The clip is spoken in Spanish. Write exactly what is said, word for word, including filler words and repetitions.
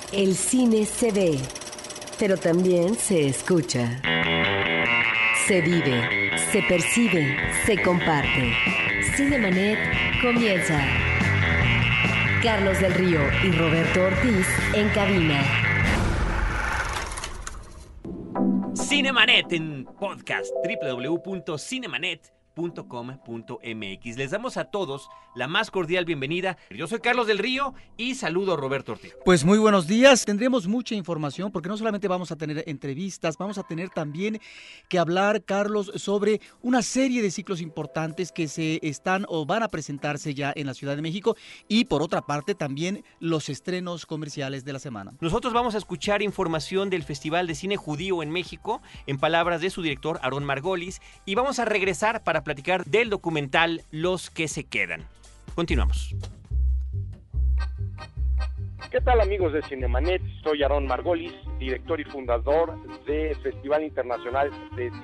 El cine se ve, pero también se escucha. Se vive, se percibe, se comparte. Cinemanet comienza. Carlos del Río y Roberto Ortiz en cabina. Cinemanet en podcast, doble u doble u doble u punto cinemanet punto com punto m x. Les damos a todos la más cordial bienvenida. Yo soy Carlos del Río y saludo a Roberto Ortiz. Pues muy buenos días. Tendremos mucha información porque no solamente vamos a tener entrevistas, vamos a tener también que hablar, Carlos, sobre una serie de ciclos importantes que se están o van a presentarse ya en la Ciudad de México y por otra parte también los estrenos comerciales de la semana. Nosotros vamos a escuchar información del Festival de Cine Judío en México en palabras de su director Aarón Margolis y vamos a regresar para platicar del documental Los que se quedan. Continuamos. ¿Qué tal, amigos de Cinemanet? Soy Aarón Margolis, director y fundador del Festival Internacional de